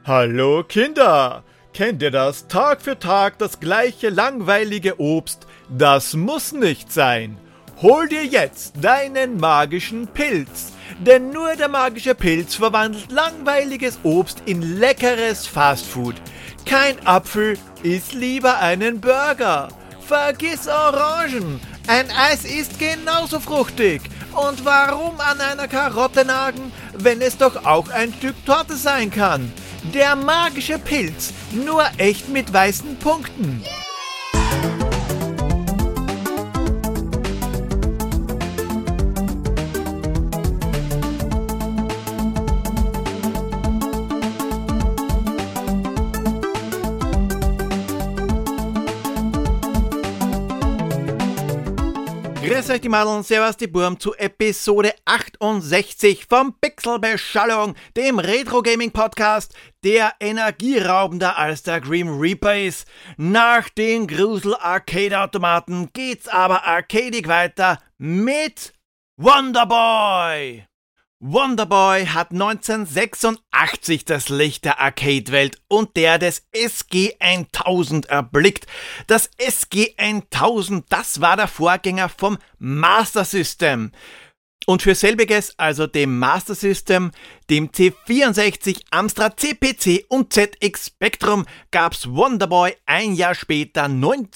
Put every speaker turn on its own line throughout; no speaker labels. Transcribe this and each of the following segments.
Hallo Kinder! Kennt ihr das? Tag für Tag das gleiche langweilige Obst? Das muss nicht sein. Hol dir jetzt deinen magischen Pilz. Denn nur der magische Pilz verwandelt langweiliges Obst in leckeres Fastfood. Kein Apfel isst lieber einen Burger. Vergiss Orangen. Ein Eis ist genauso fruchtig. Und warum an einer Karotte nagen, wenn es doch auch ein Stück Torte sein kann? Der magische Pilz, nur echt mit weißen Punkten. Grüß euch die Madeln, servus die Burm zu Episode 68 vom Pixelbeschallung, dem Retro-Gaming-Podcast, der energieraubender als der Grim Reaper ist. Nach den Grusel-Arcade-Automaten geht's aber arcadig weiter mit Wonderboy. Wonderboy hat 1986 das Licht der Arcade-Welt und der des SG-1000 erblickt. Das SG-1000, das war der Vorgänger vom Master System. Und für selbiges, also dem Master System, dem C64, Amstrad CPC und ZX Spectrum, gab's Wonderboy ein Jahr später,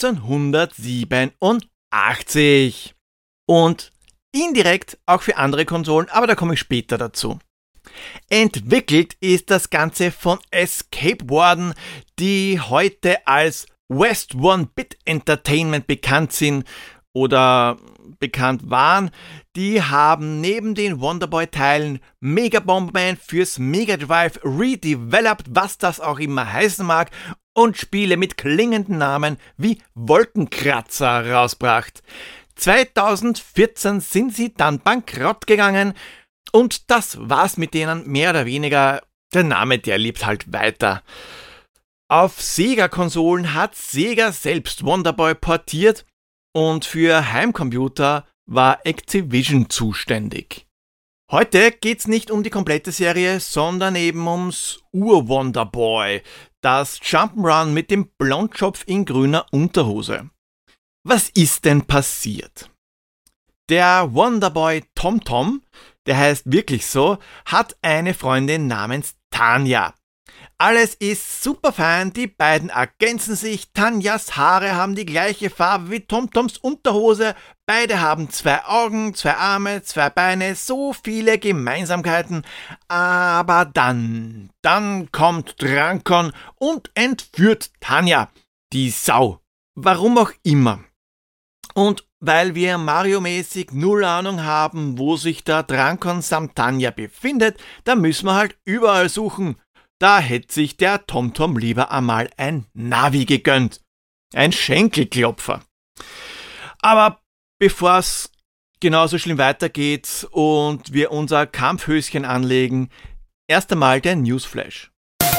1987. Und indirekt auch für andere Konsolen, aber da komme ich später dazu. Entwickelt ist das Ganze von Escape worden, die heute als West One Bit Entertainment bekannt sind oder bekannt waren. Die haben neben den Wonderboy-Teilen Mega Bomberman fürs Mega Drive redeveloped, was das auch immer heißen mag, und Spiele mit klingenden Namen wie Wolkenkratzer rausbracht. 2014 sind sie dann bankrott gegangen und das war's mit denen mehr oder weniger. Der Name, der lebt halt weiter. Auf Sega-Konsolen hat Sega selbst Wonderboy portiert und für Heimcomputer war Activision zuständig. Heute geht's nicht um die komplette Serie, sondern eben ums Ur-Wonderboy, das Jump'n'Run mit dem Blondschopf in grüner Unterhose. Was ist denn passiert? Der Wonderboy TomTom, der heißt wirklich so, hat eine Freundin namens Tanja. Alles ist super fein, die beiden ergänzen sich, Tanjas Haare haben die gleiche Farbe wie TomToms Unterhose, beide haben 2 Augen, 2 Arme, 2 Beine, so viele Gemeinsamkeiten, aber dann kommt Drankon und entführt Tanja, die Sau, warum auch immer. Und weil wir Mario-mäßig null Ahnung haben, wo sich der Drankon samt Tanja befindet, da müssen wir halt überall suchen. Da hätte sich der TomTom lieber einmal ein Navi gegönnt. Ein Schenkelklopfer. Aber bevor es genauso schlimm weitergeht und wir unser Kampfhöschen anlegen, erst einmal der Newsflash.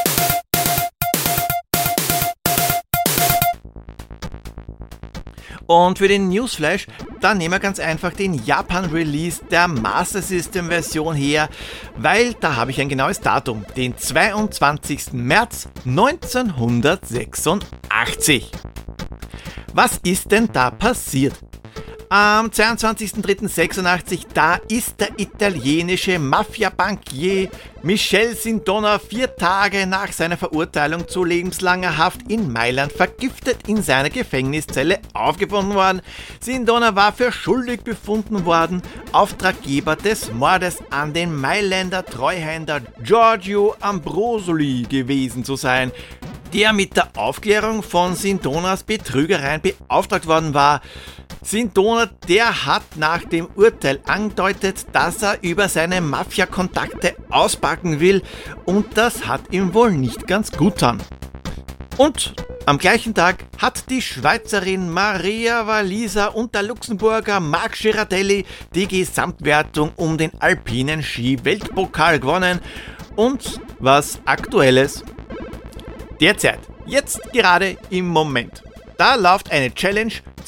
Und für den Newsflash, dann nehmen wir ganz einfach den Japan-Release der Master System-Version her, weil da habe ich ein genaues Datum, den 22. März 1986. Was ist denn da passiert? Am 22.03.86, da ist der italienische Mafia-Bankier Michel Sindona 4 Tage nach seiner Verurteilung zu lebenslanger Haft in Mailand vergiftet in seiner Gefängniszelle aufgefunden worden. Sindona war für schuldig befunden worden, Auftraggeber des Mordes an den Mailänder Treuhänder Giorgio Ambrosoli gewesen zu sein, der mit der Aufklärung von Sindonas Betrügereien beauftragt worden war. Sindona, der hat nach dem Urteil angedeutet, dass er über seine Mafia-Kontakte auspacken will und das hat ihm wohl nicht ganz gut getan. Und am gleichen Tag hat die Schweizerin Maria Walisa und der Luxemburger Marc Girardelli die Gesamtwertung um den alpinen Ski-Weltpokal gewonnen. Und was Aktuelles? Derzeit, jetzt gerade im Moment, da läuft eine Challenge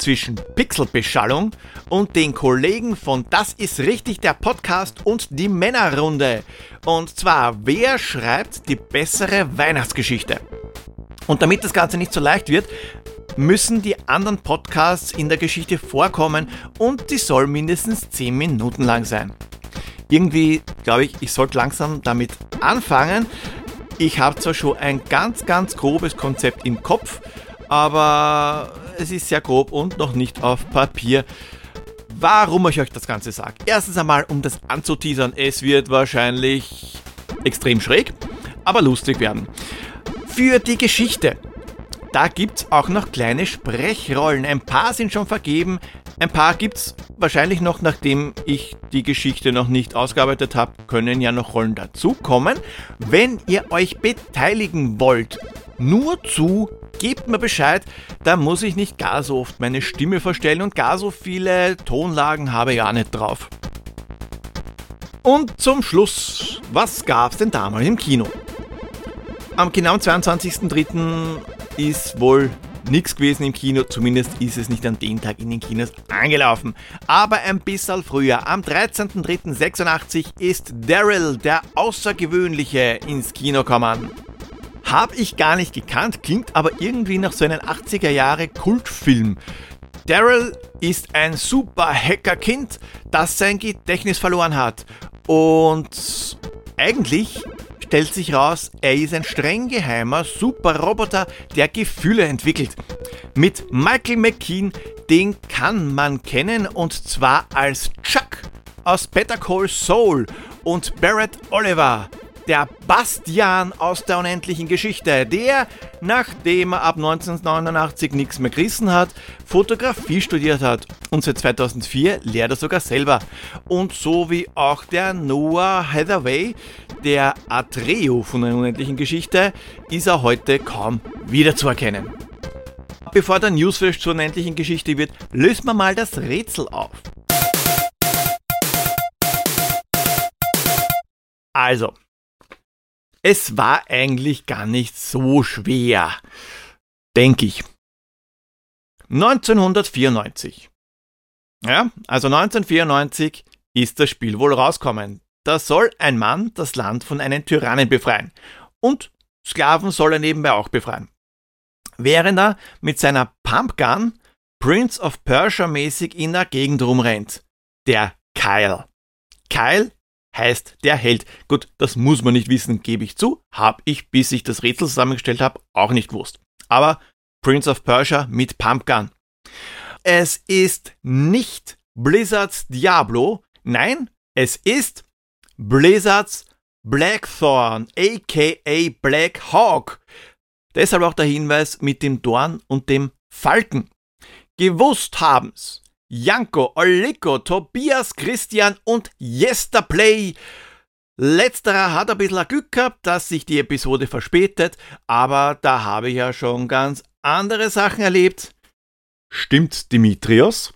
zwischen Pixelbeschallung und den Kollegen von Das ist richtig, der Podcast und die Männerrunde. Und zwar, wer schreibt die bessere Weihnachtsgeschichte? Und damit das Ganze nicht so leicht wird, müssen die anderen Podcasts in der Geschichte vorkommen und die soll mindestens 10 Minuten lang sein. Irgendwie glaube ich sollte langsam damit anfangen. Ich habe zwar schon ein ganz grobes Konzept im Kopf, aber es ist sehr grob und noch nicht auf Papier. Warum ich euch das Ganze sage? Erstens einmal, um das anzuteasern, es wird wahrscheinlich extrem schräg, aber lustig werden. Für die Geschichte, da gibt es auch noch kleine Sprechrollen. Ein paar sind schon vergeben, ein paar gibt es wahrscheinlich noch, nachdem ich die Geschichte noch nicht ausgearbeitet habe, können ja noch Rollen dazukommen. Wenn ihr euch beteiligen wollt, nur zu, gebt mir Bescheid, da muss ich nicht gar so oft meine Stimme verstellen und gar so viele Tonlagen habe ich auch nicht drauf. Und zum Schluss, was gab's denn damals im Kino? Am genauen 22.03. ist wohl nichts gewesen im Kino, zumindest ist es nicht an den Tag in den Kinos angelaufen. Aber ein bisschen früher, am 13.03.86 ist Daryl, der Außergewöhnliche, ins Kino gekommen. Hab ich gar nicht gekannt, klingt aber irgendwie nach so einem 80er Jahre Kultfilm. Daryl ist ein super Hackerkind, das sein Gedächtnis verloren hat. Und eigentlich stellt sich raus, er ist ein streng geheimer Superroboter, der Gefühle entwickelt. Mit Michael McKean, den kann man kennen, und zwar als Chuck aus Better Call Saul, und Barrett Oliver, der Bastian aus der unendlichen Geschichte, der, nachdem er ab 1989 nichts mehr gerissen hat, Fotografie studiert hat und seit 2004 lehrt er sogar selber. Und so wie auch der Noah Hathaway, der Atreo von der unendlichen Geschichte, ist er heute kaum wiederzuerkennen. Bevor der Newsflash zur unendlichen Geschichte wird, lösen wir mal das Rätsel auf. Also, es war eigentlich gar nicht so schwer, denke ich. 1994. Ja, also 1994 ist das Spiel wohl rausgekommen. Da soll ein Mann das Land von einem Tyrannen befreien. Und Sklaven soll er nebenbei auch befreien. Während er mit seiner Pumpgun Prince of Persia mäßig in der Gegend rumrennt. Der Kyle. Kyle heißt der Held. Gut, das muss man nicht wissen, gebe ich zu. Habe ich, bis ich das Rätsel zusammengestellt habe, auch nicht gewusst. Aber Prince of Persia mit Pumpgun. Es ist nicht Blizzards Diablo, nein, es ist Blizzards Blackthorn, aka Black Hawk. Deshalb auch der Hinweis mit dem Dorn und dem Falken. Gewusst haben's Janko, Oliko, Tobias, Christian und Yesterplay. Letzterer hat ein bisschen Glück gehabt, dass sich die Episode verspätet, aber da habe ich ja schon ganz andere Sachen erlebt. Stimmt, Dimitrios?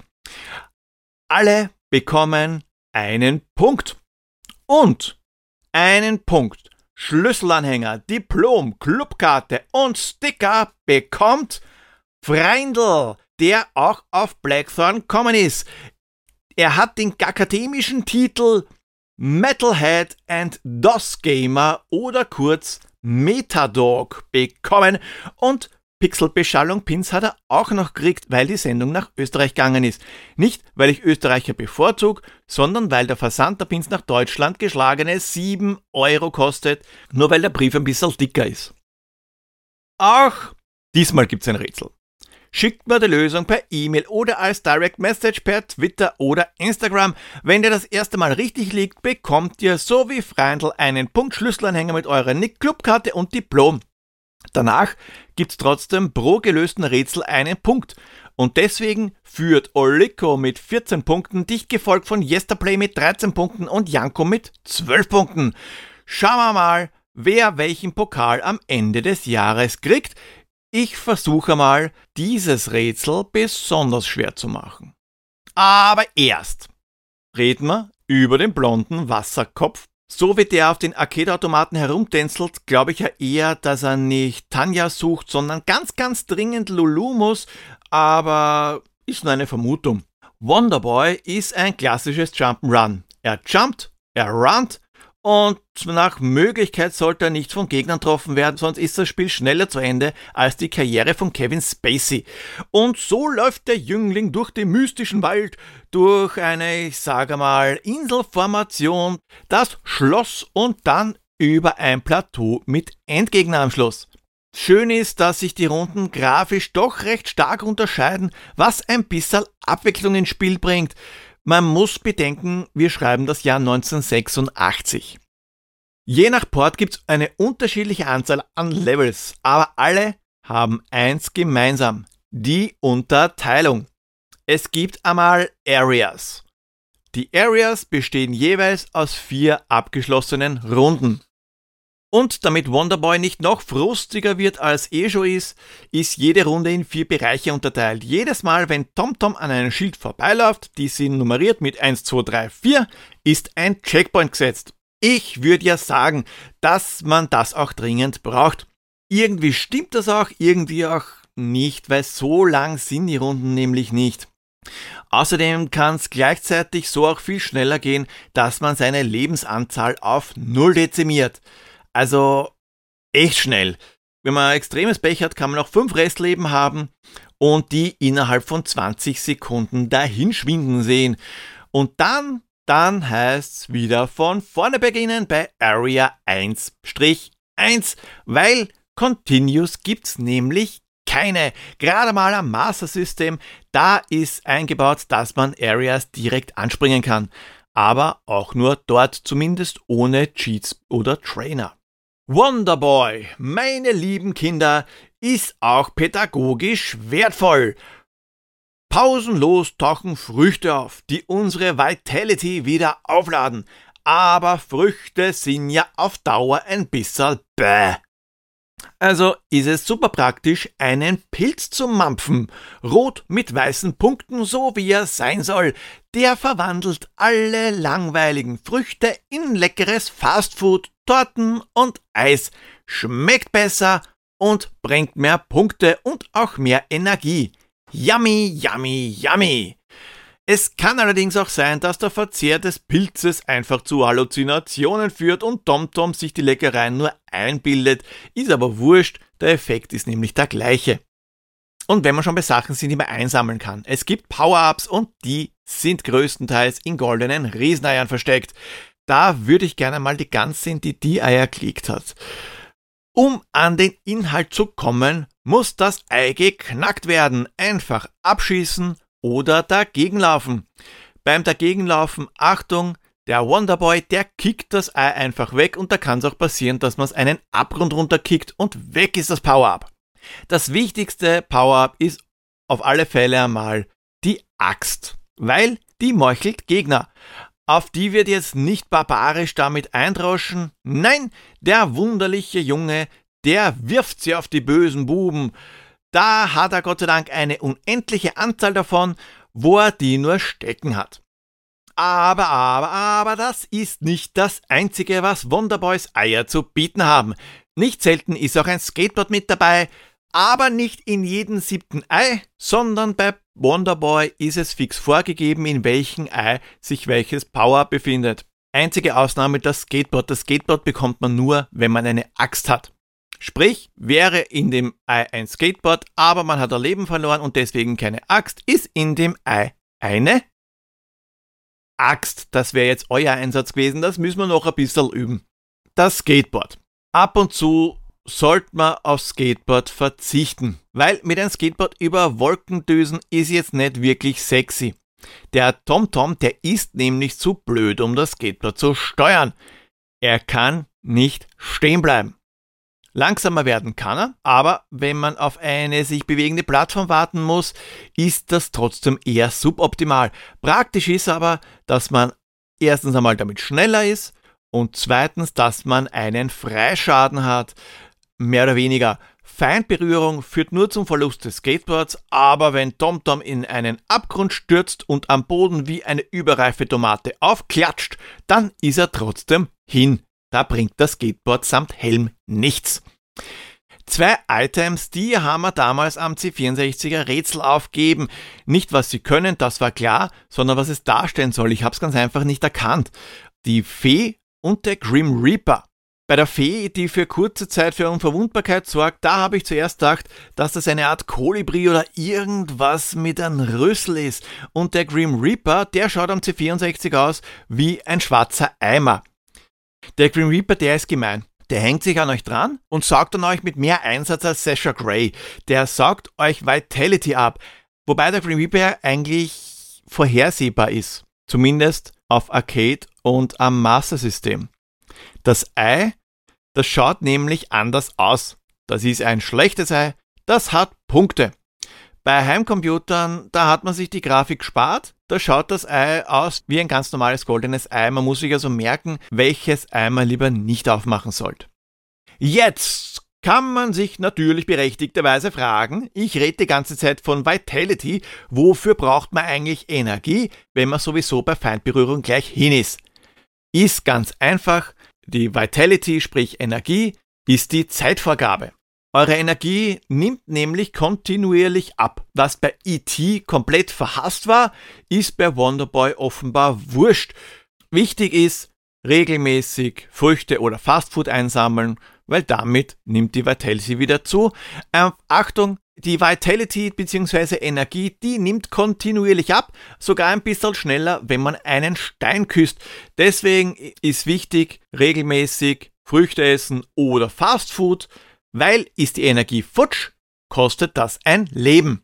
Alle bekommen einen Punkt. Und einen Punkt, Schlüsselanhänger, Diplom, Clubkarte und Sticker bekommt Freindl, der auch auf Blackthorn gekommen ist. Er hat den akademischen Titel Metalhead and DOS Gamer oder kurz Metadog bekommen, und Pixelbeschallung Pins hat er auch noch gekriegt, weil die Sendung nach Österreich gegangen ist. Nicht, weil ich Österreicher bevorzug, sondern weil der Versand der Pins nach Deutschland geschlagene 7 Euro kostet, nur weil der Brief ein bisschen dicker ist. Auch diesmal gibt's ein Rätsel. Schickt mir die Lösung per E-Mail oder als Direct Message per Twitter oder Instagram. Wenn ihr das erste Mal richtig liegt, bekommt ihr so wie Freundl einen Punkt Schlüsselanhänger mit eurer Nick-Clubkarte und Diplom. Danach gibt's trotzdem pro gelösten Rätsel einen Punkt. Und deswegen führt Oliko mit 14 Punkten, dicht gefolgt von Yesterplay mit 13 Punkten und Janko mit 12 Punkten. Schauen wir mal, wer welchen Pokal am Ende des Jahres kriegt. Ich versuche mal, dieses Rätsel besonders schwer zu machen. Aber erst reden wir über den blonden Wasserkopf. So wie der auf den Arcade-Automaten herumtänzelt, glaube ich ja eher, dass er nicht Tanja sucht, sondern ganz dringend Lulu muss. Aber ist nur eine Vermutung. Wonderboy ist ein klassisches Jump'n'Run. Er jumpt, er runnt und nach Möglichkeit sollte er nicht von Gegnern getroffen werden, sonst ist das Spiel schneller zu Ende als die Karriere von Kevin Spacey. Und so läuft der Jüngling durch den mystischen Wald, durch eine, ich sage mal, Inselformation, das Schloss und dann über ein Plateau mit Endgegner am Schluss. Schön ist, dass sich die Runden grafisch doch recht stark unterscheiden, was ein bisschen Abwechslung ins Spiel bringt. Man muss bedenken, wir schreiben das Jahr 1986. Je nach Port gibt es eine unterschiedliche Anzahl an Levels, aber alle haben eins gemeinsam, die Unterteilung. Es gibt einmal Areas. Die Areas bestehen jeweils aus 4 abgeschlossenen Runden. Und damit Wonderboy nicht noch frustiger wird als schon ist jede Runde in 4 Bereiche unterteilt. Jedes Mal, wenn TomTom an einem Schild vorbeiläuft, die sind nummeriert mit 1, 2, 3, 4, ist ein Checkpoint gesetzt. Ich würde ja sagen, dass man das auch dringend braucht. Irgendwie stimmt das auch, irgendwie auch nicht, weil so lang sind die Runden nämlich nicht. Außerdem kann es gleichzeitig so auch viel schneller gehen, dass man seine Lebensanzahl auf 0 dezimiert. Also echt schnell. Wenn man extremes Pech hat, kann man auch 5 Restleben haben und die innerhalb von 20 Sekunden dahinschwinden sehen. Und dann heißt's wieder von vorne beginnen bei Area 1-1, weil Continues gibt's nämlich keine. Gerade mal am Master System, da ist eingebaut, dass man Areas direkt anspringen kann. Aber auch nur dort, zumindest ohne Cheats oder Trainer. Wonderboy, meine lieben Kinder, ist auch pädagogisch wertvoll. Pausenlos tauchen Früchte auf, die unsere Vitality wieder aufladen. Aber Früchte sind ja auf Dauer ein bisschen bäh. Also ist es super praktisch, einen Pilz zu mampfen. Rot mit weißen Punkten, so wie er sein soll. Der verwandelt alle langweiligen Früchte in leckeres Fastfood, Torten und Eis. Schmeckt besser und bringt mehr Punkte und auch mehr Energie. Yummy, yummy, yummy. Es kann allerdings auch sein, dass der Verzehr des Pilzes einfach zu Halluzinationen führt und TomTom sich die Leckereien nur einbildet, ist aber wurscht, der Effekt ist nämlich der gleiche. Und wenn man schon bei Sachen sind, die man einsammeln kann. Es gibt Power-Ups und die sind größtenteils in goldenen Rieseneiern versteckt. Da würde ich gerne mal die Gans sehen, die Eier gelegt hat. Um an den Inhalt zu kommen, muss das Ei geknackt werden. Einfach abschießen oder dagegenlaufen. Beim Dagegenlaufen, Achtung, der Wonderboy, der kickt das Ei einfach weg und da kann es auch passieren, dass man es einen Abgrund runterkickt und weg ist das Power-Up. Das wichtigste Power-Up ist auf alle Fälle einmal die Axt, weil die meuchelt Gegner. Auf die wird jetzt nicht barbarisch damit eindroschen. Nein, der wunderliche Junge, der wirft sie auf die bösen Buben. Da hat er Gott sei Dank eine unendliche Anzahl davon, wo er die nur stecken hat. Aber das ist nicht das Einzige, was Wonderboys Eier zu bieten haben. Nicht selten ist auch ein Skateboard mit dabei, aber nicht in jedem 7. Ei, sondern bei Wonderboy ist es fix vorgegeben, in welchem Ei sich welches Power befindet. Einzige Ausnahme das Skateboard. Das Skateboard bekommt man nur, wenn man eine Axt hat. Sprich, wäre in dem Ei ein Skateboard, aber man hat ein Leben verloren und deswegen keine Axt, ist in dem Ei eine Axt. Das wäre jetzt euer Einsatz gewesen, das müssen wir noch ein bisschen üben. Das Skateboard. Ab und zu sollte man auf Skateboard verzichten, weil mit einem Skateboard über Wolken düsen ist jetzt nicht wirklich sexy. Der TomTom, der ist nämlich zu blöd, um das Skateboard zu steuern. Er kann nicht stehen bleiben. Langsamer werden kann er, aber wenn man auf eine sich bewegende Plattform warten muss, ist das trotzdem eher suboptimal. Praktisch ist aber, dass man erstens einmal damit schneller ist und zweitens, dass man einen Freischaden hat. Mehr oder weniger. Feindberührung führt nur zum Verlust des Skateboards, aber wenn TomTom in einen Abgrund stürzt und am Boden wie eine überreife Tomate aufklatscht, dann ist er trotzdem hin. Da bringt das Skateboard samt Helm nichts. 2 Items, die haben wir damals am C64er Rätsel aufgegeben. Nicht, was sie können, das war klar, sondern was es darstellen soll. Ich habe es ganz einfach nicht erkannt. Die Fee und der Grim Reaper. Bei der Fee, die für kurze Zeit für Unverwundbarkeit sorgt, da habe ich zuerst gedacht, dass das eine Art Kolibri oder irgendwas mit einem Rüssel ist. Und der Grim Reaper, der schaut am C64 aus wie ein schwarzer Eimer. Der Grim Reaper, der ist gemein. Der hängt sich an euch dran und saugt an euch mit mehr Einsatz als Sasha Grey. Der saugt euch Vitality ab. Wobei der Grim Reaper eigentlich vorhersehbar ist. Zumindest auf Arcade und am Master System. Das Ei, das schaut nämlich anders aus. Das ist ein schlechtes Ei, das hat Punkte. Bei Heimcomputern, da hat man sich die Grafik gespart. Da schaut das Ei aus wie ein ganz normales goldenes Ei. Man muss sich also merken, welches Ei man lieber nicht aufmachen sollte. Jetzt kann man sich natürlich berechtigterweise fragen, ich rede die ganze Zeit von Vitality, wofür braucht man eigentlich Energie, wenn man sowieso bei Feindberührung gleich hin ist? Ist ganz einfach, die Vitality, sprich Energie, ist die Zeitvorgabe. Eure Energie nimmt nämlich kontinuierlich ab. Was bei E.T. komplett verhasst war, ist bei Wonderboy offenbar wurscht. Wichtig ist, regelmäßig Früchte oder Fastfood einsammeln, weil damit nimmt die Vitality wieder zu. Achtung, die Vitality bzw. Energie, die nimmt kontinuierlich ab, sogar ein bisschen schneller, wenn man einen Stein küsst. Deswegen ist wichtig, regelmäßig Früchte essen oder Fastfood, weil ist die Energie futsch, kostet das ein Leben.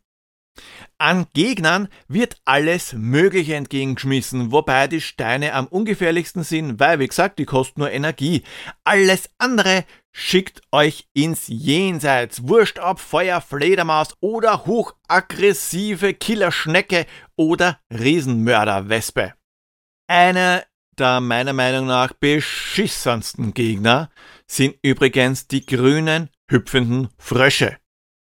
An Gegnern wird alles Mögliche entgegengeschmissen, wobei die Steine am ungefährlichsten sind, weil, wie gesagt, die kosten nur Energie. Alles andere schickt euch ins Jenseits. Wurscht ob Feuerfledermaus oder hochaggressive Killerschnecke oder Riesenmörderwespe. Einer der meiner Meinung nach beschissensten Gegner sind übrigens die grünen, hüpfenden Frösche.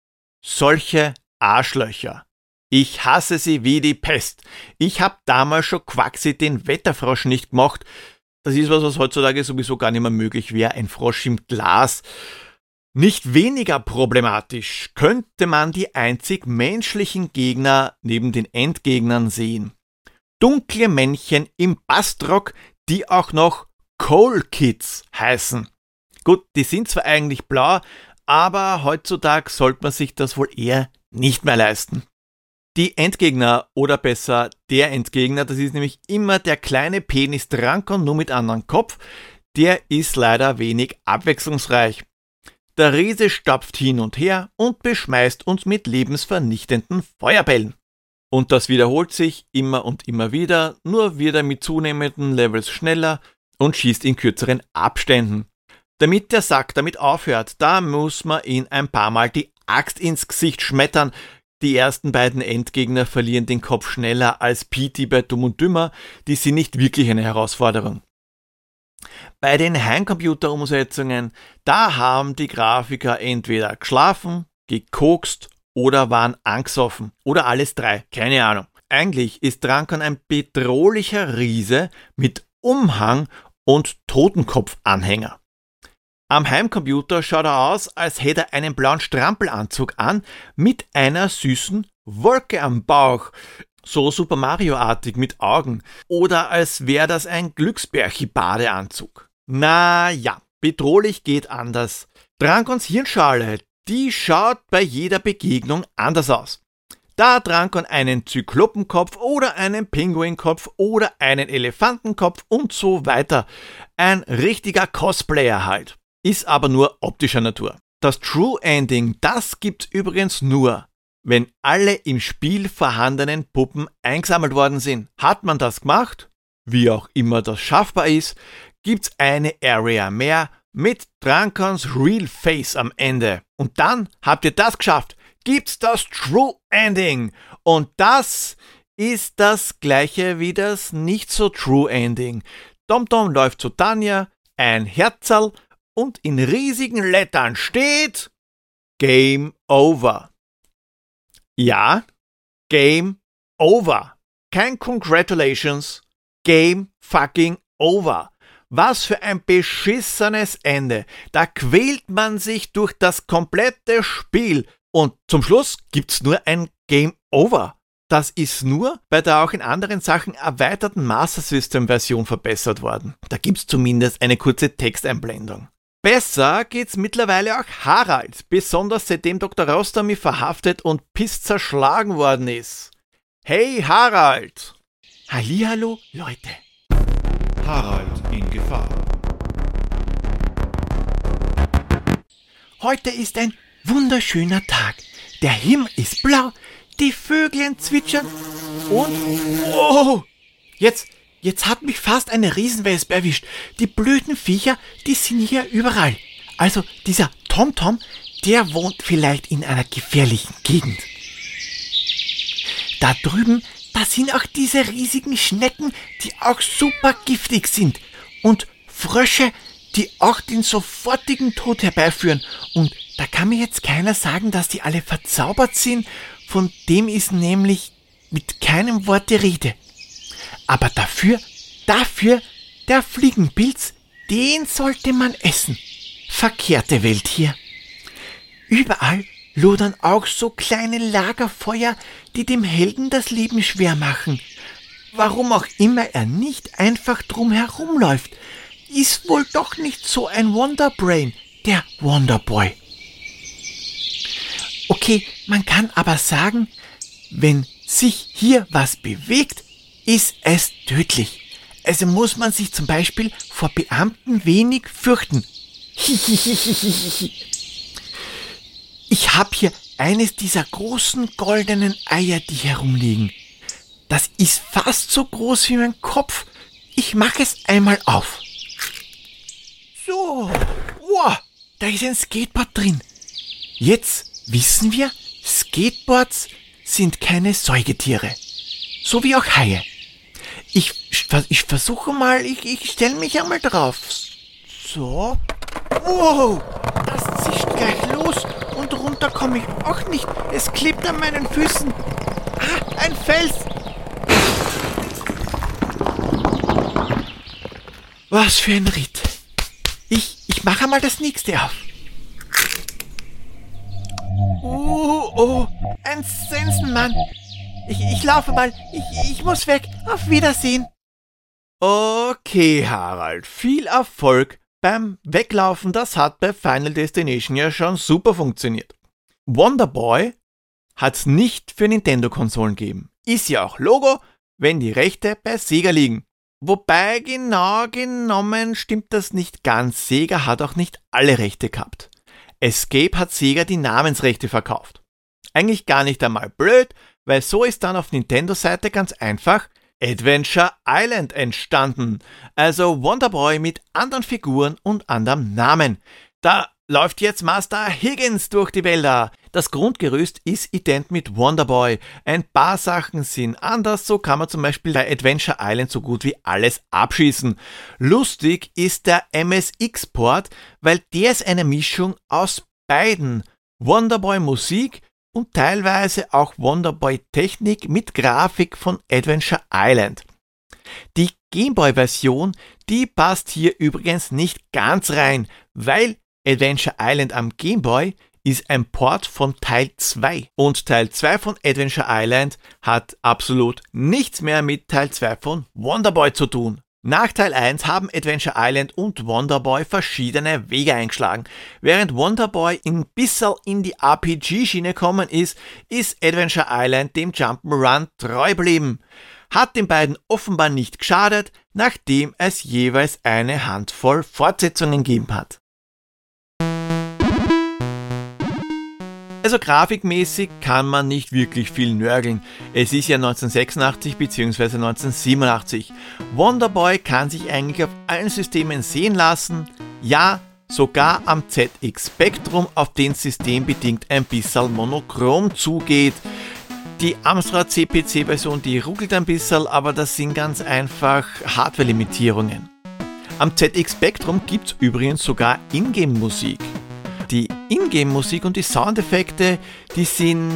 Solche Arschlöcher. Ich hasse sie wie die Pest. Ich habe damals schon Quaxi den Wetterfrosch nicht gemacht. Das ist was heutzutage sowieso gar nicht mehr möglich wäre, ein Frosch im Glas. Nicht weniger problematisch könnte man die einzig menschlichen Gegner neben den Endgegnern sehen. Dunkle Männchen im Bastrock, die auch noch Coal Kids heißen. Gut, die sind zwar eigentlich blau, aber heutzutage sollte man sich das wohl eher nicht mehr leisten. Die Endgegner, oder besser der Endgegner, das ist nämlich immer der kleine Penis Drankon, nur mit anderem Kopf, der ist leider wenig abwechslungsreich. Der Riese stapft hin und her und beschmeißt uns mit lebensvernichtenden Feuerbällen. Und das wiederholt sich immer und immer wieder, nur wird er mit zunehmenden Levels schneller und schießt in kürzeren Abständen. Damit der Sack damit aufhört, da muss man ihn ein paar Mal die Axt ins Gesicht schmettern. Die ersten beiden Endgegner verlieren den Kopf schneller als Petey bei Dumm und Dümmer, die sind nicht wirklich eine Herausforderung. Bei den Heimcomputer-Umsetzungen, da haben die Grafiker entweder geschlafen, gekokst oder waren angesoffen. Oder alles drei, keine Ahnung. Eigentlich ist Drankon ein bedrohlicher Riese mit Umhang und Totenkopfanhänger. Am Heimcomputer schaut er aus, als hätte er einen blauen Strampelanzug an mit einer süßen Wolke am Bauch. So Super Mario-artig mit Augen. Oder als wäre das ein Glücksbärchi-Badeanzug. Naja, bedrohlich geht anders. Drankons Hirnschale, die schaut bei jeder Begegnung anders aus. Da Drankon einen Zyklopenkopf oder einen Pinguinkopf oder einen Elefantenkopf und so weiter. Ein richtiger Cosplayer halt. Ist aber nur optischer Natur. Das True Ending, das gibt's übrigens nur, wenn alle im Spiel vorhandenen Puppen eingesammelt worden sind. Hat man das gemacht, wie auch immer das schaffbar ist, gibt's eine Area mehr mit Drankons Real Face am Ende. Und dann habt ihr das geschafft, gibt's das True Ending. Und das ist das gleiche wie das nicht so True Ending. TomTom läuft zu Tanja, ein Herzerl, und in riesigen Lettern steht Game Over. Ja, Game Over. Kein Congratulations, Game fucking Over. Was für ein beschissenes Ende. Da quält man sich durch das komplette Spiel und zum Schluss gibt's nur ein Game Over. Das ist nur bei der auch in anderen Sachen erweiterten Master System Version verbessert worden. Da gibt's zumindest eine kurze Texteinblendung. Besser geht's mittlerweile auch Harald, besonders seitdem Dr. Rostami verhaftet und piss zerschlagen worden ist. Hey Harald! Hallihallo, Leute!
Harald in Gefahr.
Heute ist ein wunderschöner Tag. Der Himmel ist blau, die Vögel zwitschern und... Oh! Jetzt hat mich fast eine Riesenwespe erwischt. Die blöden Viecher, die sind hier überall. Also dieser TomTom, der wohnt vielleicht in einer gefährlichen Gegend. Da drüben, da sind auch diese riesigen Schnecken, die auch super giftig sind. Und Frösche, die auch den sofortigen Tod herbeiführen. Und da kann mir jetzt keiner sagen, dass die alle verzaubert sind. Von dem ist nämlich mit keinem Wort die Rede. Aber dafür, der Fliegenpilz, den sollte man essen. Verkehrte Welt hier. Überall lodern auch so kleine Lagerfeuer, die dem Helden das Leben schwer machen. Warum auch immer er nicht einfach drum herumläuft, ist wohl doch nicht so ein Wonderbrain, der Wonderboy. Okay, man kann aber sagen, wenn sich hier was bewegt, ist es tödlich. Also muss man sich zum Beispiel vor Beamten wenig fürchten. Ich habe hier eines dieser großen goldenen Eier, die herumliegen. Das ist fast so groß wie mein Kopf. Ich mache es einmal auf. So, wow, da ist ein Skateboard drin. Jetzt wissen wir, Skateboards sind keine Säugetiere. So wie auch Haie. Ich versuche mal, ich stelle mich einmal drauf. So. Wow, das zischt gleich los und runter komme ich auch nicht. Es klebt an meinen Füßen. Ah, ein Fels. Was für ein Ritt. Ich mache mal das nächste auf. Oh, ein Sensenmann. Ich laufe mal. Ich muss weg. Auf Wiedersehen. Okay, Harald. Viel Erfolg beim Weglaufen. Das hat bei Final Destination ja schon super funktioniert. Wonderboy hat's nicht für Nintendo-Konsolen gegeben. Ist ja auch Logo, wenn die Rechte bei Sega liegen. Wobei genau genommen stimmt das nicht ganz. Sega hat auch nicht alle Rechte gehabt. Escape hat Sega die Namensrechte verkauft. Eigentlich gar nicht einmal blöd, weil so ist dann auf Nintendo-Seite ganz einfach Adventure Island entstanden. Also Wonderboy mit anderen Figuren und anderem Namen. Da läuft jetzt Master Higgins durch die Wälder. Das Grundgerüst ist ident mit Wonderboy. Ein paar Sachen sind anders, so kann man zum Beispiel bei Adventure Island so gut wie alles abschießen. Lustig ist der MSX-Port, weil der ist eine Mischung aus beiden. Wonderboy Musik und teilweise auch Wonderboy Technik mit Grafik von Adventure Island. Die Gameboy-Version, die passt hier übrigens nicht ganz rein, weil Adventure Island am Gameboy ist ein Port von Teil 2 und Teil 2 von Adventure Island hat absolut nichts mehr mit Teil 2 von Wonderboy zu tun. Nach Teil 1 haben Adventure Island und Wonderboy verschiedene Wege eingeschlagen. Während Wonderboy ein bisschen in die RPG-Schiene gekommen ist Adventure Island dem Jump'n'Run treu geblieben. Hat den beiden offenbar nicht geschadet, nachdem es jeweils eine Handvoll Fortsetzungen gegeben hat. Also grafikmäßig kann man nicht wirklich viel nörgeln. Es ist ja 1986 bzw. 1987. Wonderboy kann sich eigentlich auf allen Systemen sehen lassen. Ja, sogar am ZX Spectrum, auf den systembedingt ein bisschen monochrom zugeht. Die Amstrad CPC-Version, die ruckelt ein bisschen, aber das sind ganz einfach Hardware-Limitierungen. Am ZX Spectrum gibt's übrigens sogar Ingame-Musik. Die Ingame-Musik und die Soundeffekte, die sind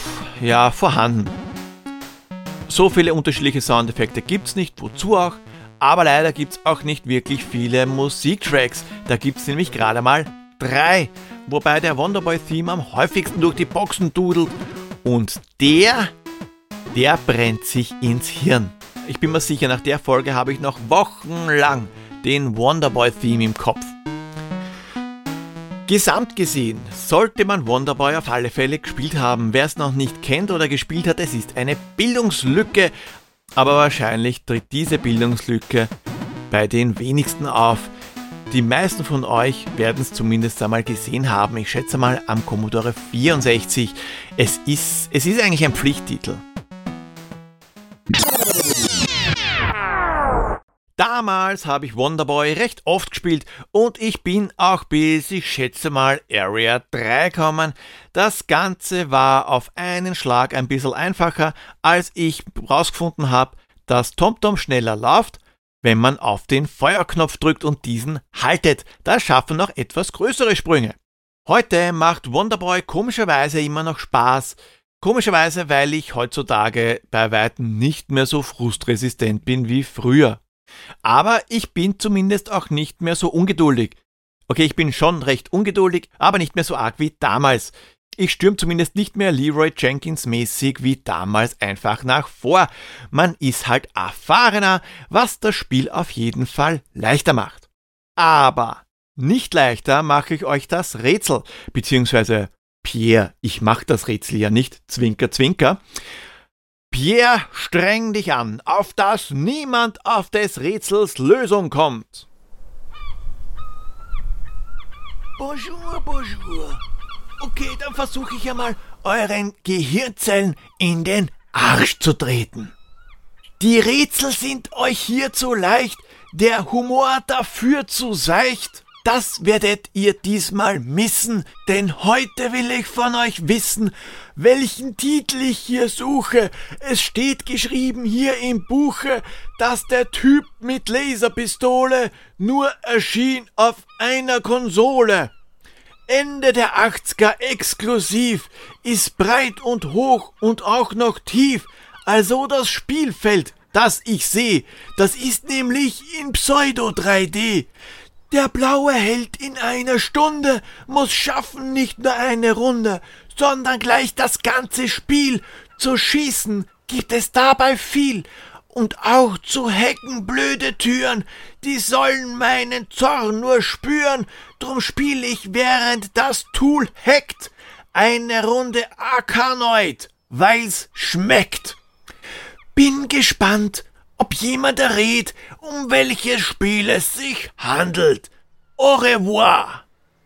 vorhanden. So viele unterschiedliche Soundeffekte gibt's nicht, wozu auch, Aber leider gibt es auch nicht wirklich viele Musiktracks. Da gibt es nämlich gerade mal 3, wobei der Wonderboy-Theme am häufigsten durch die Boxen dudelt. Und der brennt sich ins Hirn. Ich bin mir sicher, nach der Folge habe ich noch wochenlang den Wonderboy-Theme im Kopf. Gesamt gesehen sollte man Wonderboy auf alle Fälle gespielt haben. Wer es noch nicht kennt oder gespielt hat, es ist eine Bildungslücke. Aber wahrscheinlich tritt diese Bildungslücke bei den wenigsten auf. Die meisten von euch werden es zumindest einmal gesehen haben. Ich schätze mal am Commodore 64. Es ist eigentlich ein Pflichttitel. Damals habe ich Wonderboy recht oft gespielt und ich bin auch bis, ich schätze mal, Area 3 gekommen. Das Ganze war auf einen Schlag ein bisschen einfacher, als ich rausgefunden habe, dass TomTom schneller läuft, wenn man auf den Feuerknopf drückt und diesen haltet. Da schaffen noch etwas größere Sprünge. Heute macht Wonderboy komischerweise immer noch Spaß. Komischerweise, weil ich heutzutage bei weitem nicht mehr so frustresistent bin wie früher. Aber ich bin zumindest auch nicht mehr so ungeduldig. Okay, ich bin schon recht ungeduldig, aber nicht mehr so arg wie damals. Ich stürme zumindest nicht mehr Leroy Jenkins mäßig wie damals einfach nach vor. Man ist halt erfahrener, was das Spiel auf jeden Fall leichter macht. Aber nicht leichter mache ich euch das Rätsel, beziehungsweise Pierre, ich mache das Rätsel ja nicht, Zwinker, Zwinker. Pierre, streng dich an, auf dass niemand auf des Rätsels Lösung kommt. Bonjour, bonjour. Okay, dann versuche ich einmal, euren Gehirnzellen in den Arsch zu treten. Die Rätsel sind euch hier zu leicht, der Humor dafür zu seicht. Das werdet ihr diesmal missen, denn heute will ich von euch wissen, welchen Titel ich hier suche. Es steht geschrieben hier im Buche, dass der Typ mit Laserpistole nur erschien auf einer Konsole. Ende der 80er exklusiv, ist breit und hoch und auch noch tief. Also das Spielfeld, das ich sehe, das ist nämlich in Pseudo-3D. Der blaue Held in einer Stunde muss schaffen nicht nur eine Runde, sondern gleich das ganze Spiel. Zu schießen gibt es dabei viel und auch zu hacken blöde Türen, die sollen meinen Zorn nur spüren, drum spiel ich während das Tool hackt eine Runde Arkanoid, weil's schmeckt. Bin gespannt, ob jemand errät, um welches Spiel es sich handelt. Au revoir!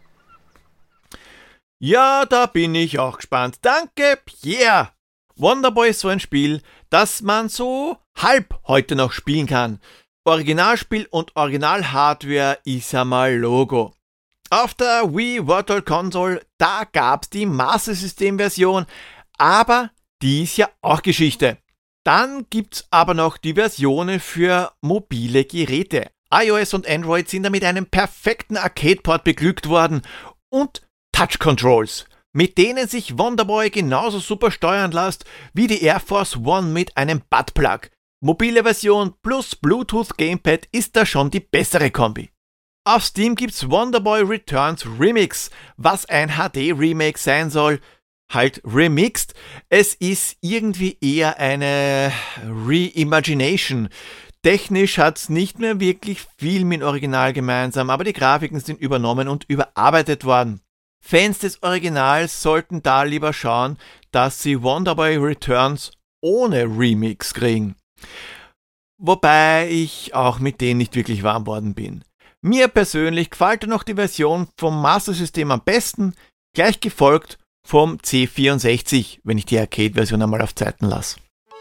Ja, da bin ich auch gespannt. Danke, Pierre! Wonderboy ist so ein Spiel, das man so halb heute noch spielen kann. Originalspiel und Original-Hardware ist einmal Logo. Auf der Wii Virtual Console, da gab's die Master System Version, aber die ist ja auch Geschichte. Dann gibt's aber noch die Versionen für mobile Geräte. iOS und Android sind da mit einem perfekten Arcade-Port beglückt worden und Touch-Controls, mit denen sich Wonderboy genauso super steuern lässt wie die Air Force One mit einem Buttplug. Mobile Version plus Bluetooth Gamepad ist da schon die bessere Kombi. Auf Steam gibt's Wonderboy Returns Remix, was ein HD-Remake sein soll. Halt remixed. Es ist irgendwie eher eine Reimagination. Technisch hat's nicht mehr wirklich viel mit dem Original gemeinsam, aber die Grafiken sind übernommen und überarbeitet worden. Fans des Originals sollten da lieber schauen, dass sie Wonderboy Returns ohne Remix kriegen. Wobei ich auch mit denen nicht wirklich warm worden bin. Mir persönlich gefällt noch die Version vom Master System am besten, gleich gefolgt vom C64, wenn ich die Arcade-Version einmal auf Zeiten lasse.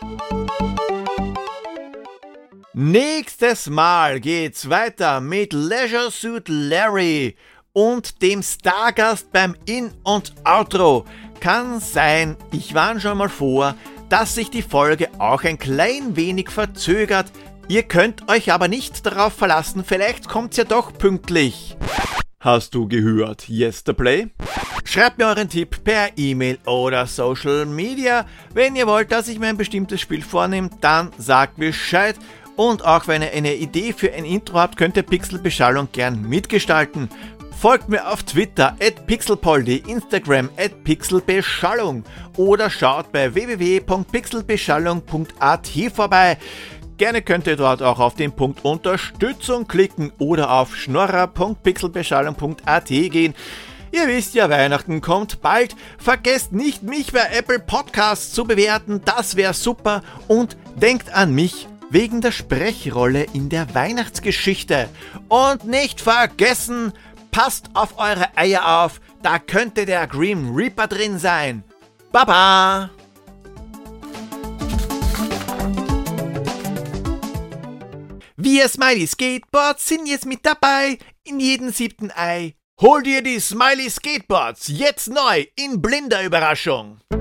Nächstes Mal geht's weiter mit Leisure Suit Larry und dem Stargast beim In- und Outro. Kann sein, ich warne schon mal vor, dass sich die Folge auch ein klein wenig verzögert. Ihr könnt euch aber nicht darauf verlassen, vielleicht kommt's ja doch pünktlich. Hast du gehört, Yesterplay? Schreibt mir euren Tipp per E-Mail oder Social Media. Wenn ihr wollt, dass ich mir ein bestimmtes Spiel vornehme, dann sagt Bescheid. Und auch wenn ihr eine Idee für ein Intro habt, könnt ihr Pixelbeschallung gern mitgestalten. Folgt mir auf Twitter @pixelpoldi, Instagram @pixelbeschallung oder schaut bei www.pixelbeschallung.at vorbei. Gerne könnt ihr dort auch auf den Punkt Unterstützung klicken oder auf schnorrer.pixelbeschallung.at gehen. Ihr wisst ja, Weihnachten kommt bald. Vergesst nicht, mich bei Apple Podcasts zu bewerten, das wäre super. Und denkt an mich wegen der Sprechrolle in der Weihnachtsgeschichte. Und nicht vergessen, passt auf eure Eier auf, da könnte der Grim Reaper drin sein. Baba! Wir Smiley Skateboards sind jetzt mit dabei, in jedem 7. Ei. Hol dir die Smiley Skateboards, jetzt neu, in blinder Überraschung.